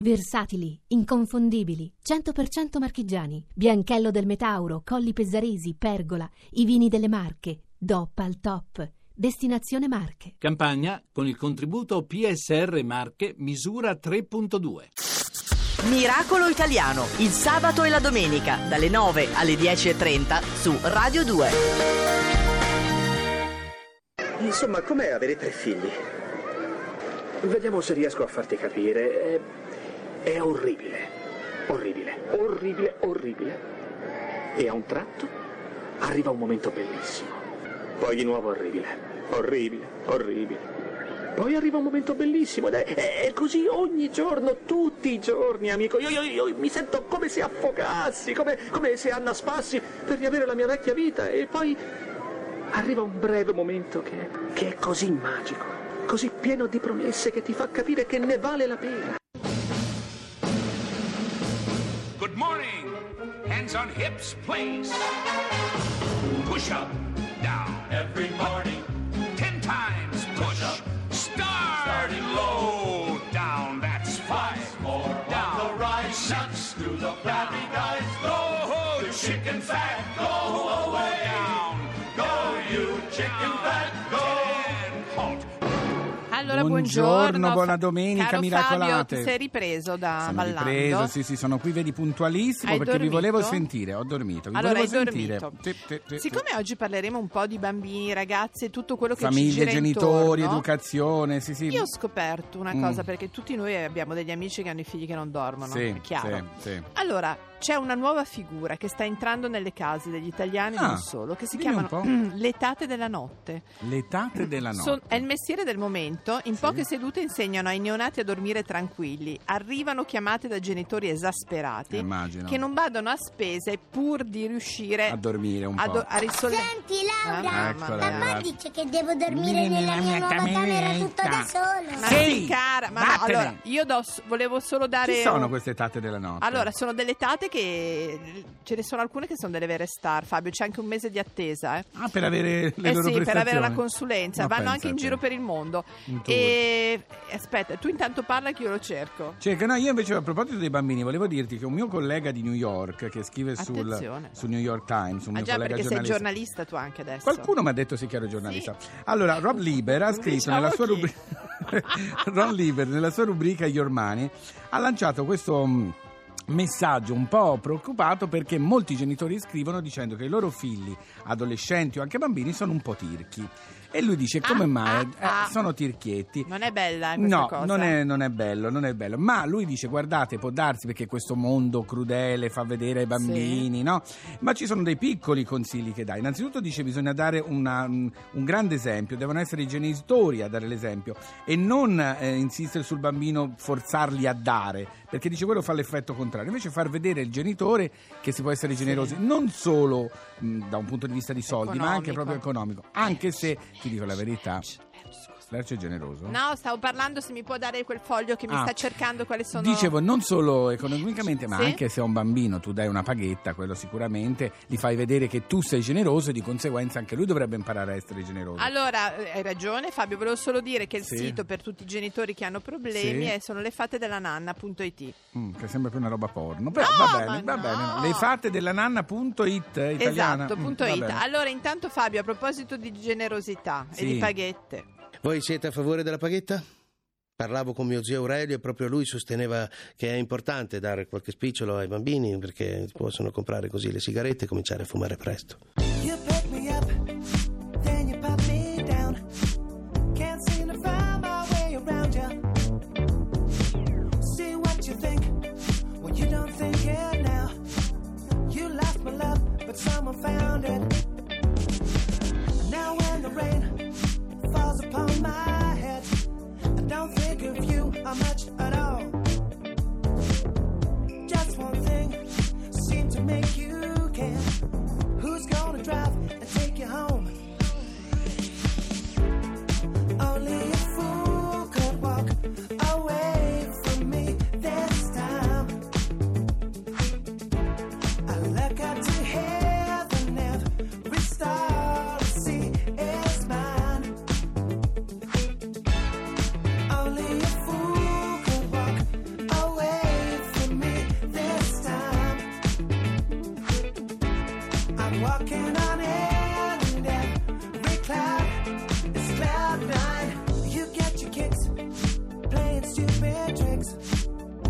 Versatili, inconfondibili, 100% marchigiani, Bianchello del Metauro, Colli Pesaresi, Pergola, i vini delle Marche, DOP al top, Destinazione Marche. Campagna con il contributo PSR Marche misura 3.2. Miracolo Italiano, il sabato e la domenica, dalle 9 alle 10.30 su Radio 2. Insomma, com'è avere 3 figli? Vediamo se riesco a farti capire. È orribile. E a un tratto arriva un momento bellissimo. Poi di nuovo orribile. Poi arriva un momento bellissimo ed è così ogni giorno, tutti i giorni, amico. Io mi sento come se affocassi, come se annaspassi per riavere la mia vecchia vita. E poi arriva un breve momento che è così magico, così pieno di promesse, che ti fa capire che ne vale la pena. Good morning. Hands on hips, please. Push up, down. Every morning. 10 times push. Starting low. Down, that's 5 more. Down. On the rise, 6 through the flabby guys. Go, you chicken fat. Go away. Down. Go, you chicken fat. Go. 10. Halt. Allora, buongiorno, buona domenica, caro miracolate. Fabio, ti sei ripreso da Sono ballando? ripreso, sì, sono qui, vedi, puntualissimo. Hai perché dormito? vi volevo sentire, ho dormito. Allora, hai sentire. dormito. Sì. Siccome oggi parleremo un po' di bambini, ragazzi e tutto quello che ci famiglie, gira genitori, intorno, educazione, sì. io ho scoperto una cosa, perché tutti noi abbiamo degli amici che hanno i figli che non dormono, Sì, è chiaro. sì. Allora, c'è una nuova figura che sta entrando nelle case degli italiani, non solo, che si dimmi un chiamano le tate della notte. Le tate della notte. È il mestiere del momento. In poche sedute insegnano ai neonati a dormire tranquilli. Arrivano chiamate da genitori esasperati Immagino. che non badano a spese pur di riuscire A dormire un po'. a risollevare. Senti Laura, Eccola, papà dice che devo dormire nella mia nuova camera tutta da sola. Ma Sì, sì, cara, ma no, vattene. allora io volevo solo dare. Chi sono queste tate della notte? Allora, sono delle tate che ce ne sono alcune che sono delle vere star, Fabio. C'è anche un mese di attesa, Ah, per avere le loro sì, per prestazioni. avere la consulenza. Ma Vanno pensa anche in te. giro per il mondo. Un tour. E aspetta, tu intanto parla che io lo cerco. No, io invece, a proposito dei bambini, volevo dirti che un mio collega di New York che scrive sul New York Times, un mio già, collega perché sei giornalista. giornalista tu anche adesso. Qualcuno mi ha detto sì che ero giornalista. Allora, Rob Lieber ha scritto Diciamo nella sua chi? rubrica Rob Lieber nella sua rubrica Your Money ha lanciato questo messaggio un po' preoccupato, perché molti genitori scrivono dicendo che i loro figli, adolescenti o anche bambini, sono un po' tirchi. E lui dice: come mai? Sono tirchietti. Non è bella questa No, cosa. non è bello. Ma lui dice: guardate, può darsi, perché questo mondo crudele fa vedere ai bambini, no? Ma ci sono dei piccoli consigli che dà. Innanzitutto dice: bisogna dare un grande esempio, devono essere i genitori a dare l'esempio e non insistere sul bambino, forzarli a dare, perché dice quello fa l'effetto contrario. Invece far vedere il genitore che si può essere generosi, non solo da un punto di vista di soldi, ma anche proprio economico. Anche se, ti dico la verità, Lercio è generoso? No, stavo parlando, se mi può dare quel foglio che mi sta cercando quali sono. Dicevo, non solo economicamente, ma anche se a un bambino tu dai una paghetta, quello sicuramente gli fai vedere che tu sei generoso e di conseguenza anche lui dovrebbe imparare a essere generoso. Allora, hai ragione Fabio, volevo solo dire che il sito per tutti i genitori che hanno problemi sono lefattedellananna.it. Che sembra più una roba porno, però No, va bene. Lefattedellananna.it italiana. Esatto, va .it. bene. Allora, intanto Fabio, a proposito di generosità e di paghette. Voi siete a favore della paghetta? Parlavo con mio zio Aurelio e proprio lui sosteneva che è importante dare qualche spicciolo ai bambini, perché possono comprare così le sigarette e cominciare a fumare presto. You pick me up, then you pop me down. Can't seem to find my way around you. See what you think, well you don't think it now. You lost my love, but someone found it. Now when the rain falls upon my head, I don't think of you much at all. Just one thing seemed to make you care. Who's gonna drive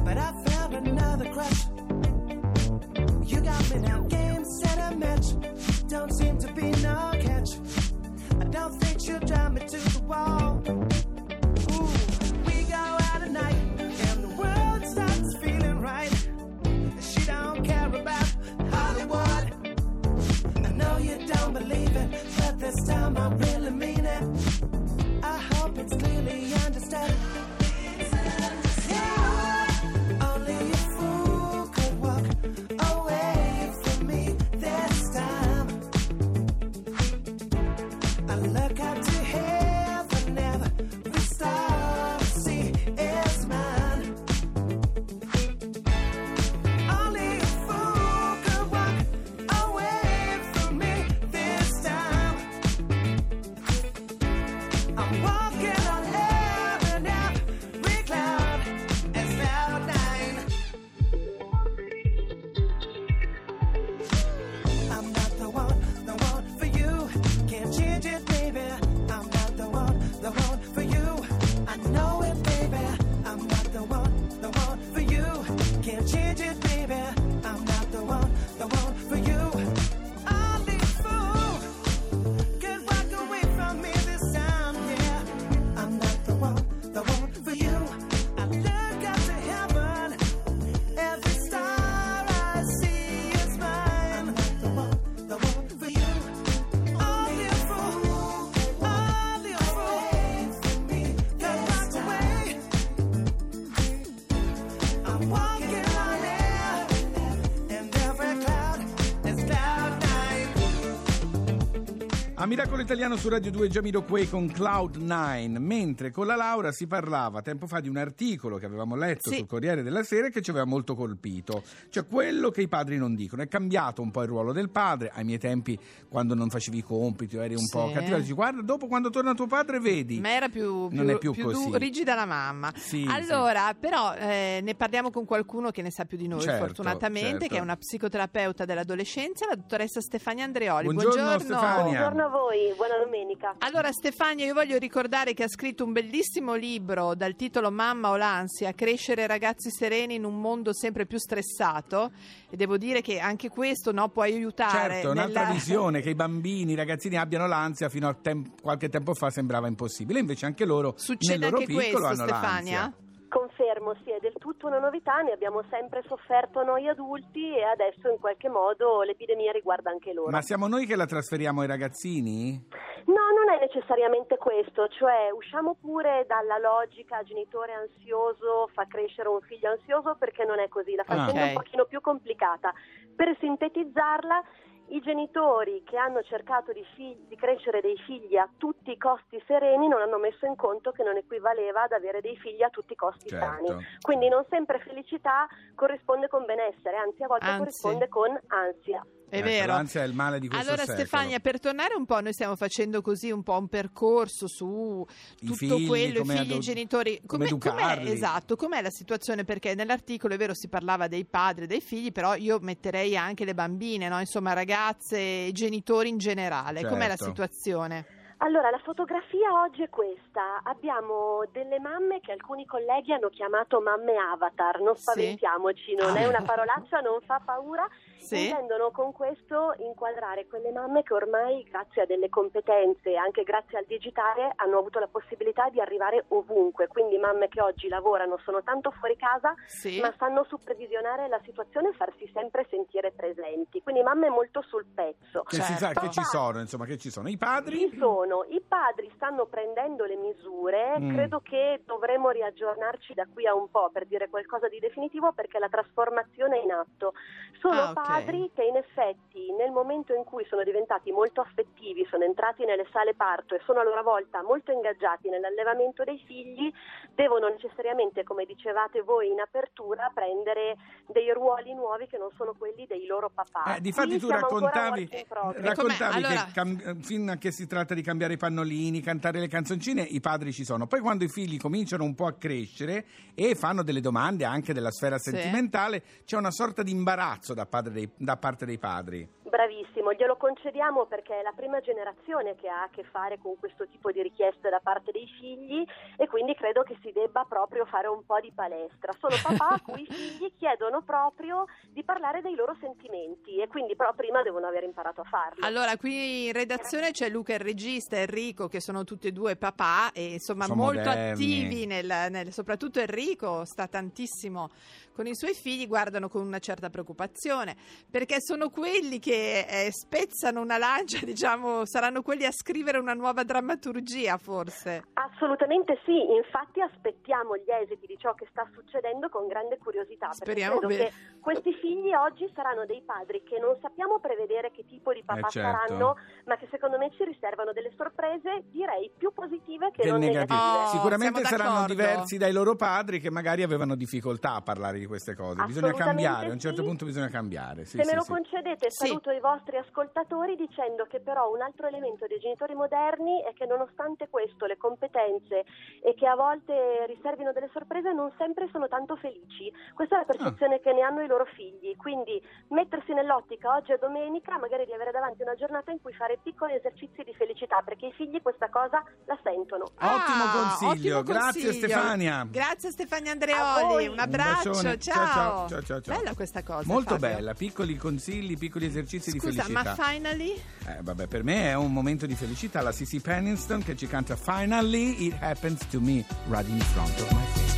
but I found another crush. You got me now, game, set, and match. Don't seem to be no catch. I don't think she'll drive me to the wall. Ooh, we go out at night, and the world starts feeling right. She don't care about Hollywood. I know you don't believe it, but this time I really mean it. I hope it's clearly understood. Only a fool could walk away from me this time. I look up to heaven, every star I see is mine. Only a fool could walk away from me this time. I'm walking on air and every cloud is cloud nine. I'm not the one for you. Can't change it, baby. I'm not the one for you. I know it, baby. I'm not the one for you. Can't change it, baby. I'm not the one for you. Only a fool could walk away from me this time, yeah. I'm not the one for you. I look up to heaven, every star I see is mine. I'm not the one for you. Only a fool for me could walk away. I'm walking on air, and every cloud is cloud nine. A Miracolo Italiano su Radio 2 Jamiroquai con Cloud9, mentre con la Laura si parlava tempo fa di un articolo che avevamo letto Sì. sul Corriere della Sera che ci aveva molto colpito, cioè quello che i padri non dicono. È cambiato un po' il ruolo del padre. Ai miei tempi, quando non facevi i compiti o eri un po' cattiva, dici guarda, dopo quando torna tuo padre vedi. Ma era non è più così. rigida la mamma. Sì, allora, però ne parliamo con qualcuno che ne sa più di noi, Certo, fortunatamente, certo. che è una psicoterapeuta dell'adolescenza, la dottoressa Stefania Andreoli. Buongiorno, Stefania. Buongiorno a voi, buona domenica. Allora Stefania, io voglio ricordare che ha scritto un bellissimo libro dal titolo Mamma o l'ansia, crescere ragazzi sereni in un mondo sempre più stressato, e devo dire che anche questo può aiutare. Certo, è un'altra visione, che i bambini, i ragazzini abbiano l'ansia fino a qualche tempo fa sembrava impossibile, invece anche loro Succede nel loro anche piccolo questo, hanno Stefania? l'ansia. Confermo, sì, è del tutto una novità, ne abbiamo sempre sofferto noi adulti e adesso in qualche modo l'epidemia riguarda anche loro. Ma siamo noi che la trasferiamo ai ragazzini? No, non è necessariamente questo, cioè usciamo pure dalla logica genitore ansioso fa crescere un figlio ansioso, perché non è così, la faccenda è un pochino più complicata. Per sintetizzarla, i genitori che hanno cercato di crescere dei figli a tutti i costi sereni non hanno messo in conto che non equivaleva ad avere dei figli a tutti i costi sani. Quindi non sempre felicità corrisponde con benessere, anzi a volte corrisponde con ansia. È vero. L'ansia è il male di questo allora secolo. Stefania, per tornare un po', noi stiamo facendo così un po' un percorso su tutto figli, quello, i come figli, i genitori, come educarli. esatto, com'è la situazione? Perché nell'articolo è vero si parlava dei padri, dei figli, però io metterei anche le bambine, no? Insomma ragazze, genitori in generale. Com'è la situazione? Allora, la fotografia oggi è questa. Abbiamo delle mamme che alcuni colleghi hanno chiamato mamme avatar. Non spaventiamoci, non è una parolaccia, non fa paura. Intendono con questo inquadrare quelle mamme che ormai, grazie a delle competenze, anche grazie al digitale, hanno avuto la possibilità di arrivare ovunque. Quindi mamme che oggi lavorano, sono tanto fuori casa, ma sanno supervisionare la situazione e farsi sempre sentire presenti. Quindi mamme molto sul pezzo. Che si sa che ci sono, insomma, che ci sono. I padri? I padri stanno prendendo le misure, credo che dovremo riaggiornarci da qui a un po' per dire qualcosa di definitivo, perché la trasformazione è in atto. Sono padri che in effetti nel momento in cui sono diventati molto affettivi, sono entrati nelle sale parto e sono a loro volta molto ingaggiati nell'allevamento dei figli, devono necessariamente, come dicevate voi in apertura, prendere dei ruoli nuovi che non sono quelli dei loro papà. Difatti tu raccontavi che fin a che si tratta di cambiare i pannolini, cantare le canzoncine, i padri ci sono. Poi quando i figli cominciano un po' a crescere e fanno delle domande anche della sfera sentimentale, c'è una sorta di imbarazzo da parte dei padri. Bravissimo, glielo concediamo perché è la prima generazione che ha a che fare con questo tipo di richieste da parte dei figli e quindi credo che si debba proprio fare un po' di palestra. Sono papà a cui i figli chiedono proprio di parlare dei loro sentimenti e quindi però prima devono aver imparato a farlo. Allora, qui in redazione c'è Luca il regista e Enrico, che sono tutti e due papà e insomma sono molto moderni. attivi soprattutto Enrico sta tantissimo con i suoi figli, guardano con una certa preoccupazione perché sono quelli che spezzano una lancia, diciamo, saranno quelli a scrivere una nuova drammaturgia forse. Assolutamente sì, infatti aspettiamo gli esiti di ciò che sta succedendo con grande curiosità. Speriamo perché credo che questi figli oggi saranno dei padri che non sappiamo prevedere che tipo di papà saranno, ma che secondo me ci riservano delle sorprese, direi più positive che non negative. Sicuramente saranno diversi dai loro padri che magari avevano difficoltà a parlare di queste cose. Bisogna cambiare, a un certo punto bisogna cambiare. Se me lo concedete, saluto i vostri ascoltatori dicendo che però un altro elemento dei genitori moderni è che nonostante questo le competenze e che a volte riservino delle sorprese non sempre sono tanto felici. Questa è la percezione che ne hanno i loro figli, quindi mettersi nell'ottica oggi è domenica magari di avere davanti una giornata in cui fare piccoli esercizi di felicità, perché i figli questa cosa la sentono. Ottimo consiglio, ottimo grazie consiglio. Stefania. Grazie Stefania Andreoli, un abbraccio, ciao. Ciao. Bella questa cosa, molto Fabio. bella, piccoli consigli, piccoli esercizi di felicità. Ma Finally? Vabbè, per me è un momento di felicità, la Cici Penniston che ci canta Finally It Happens to Me right in front of my face.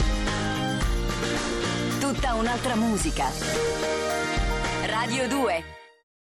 Un'altra musica. Radio 2.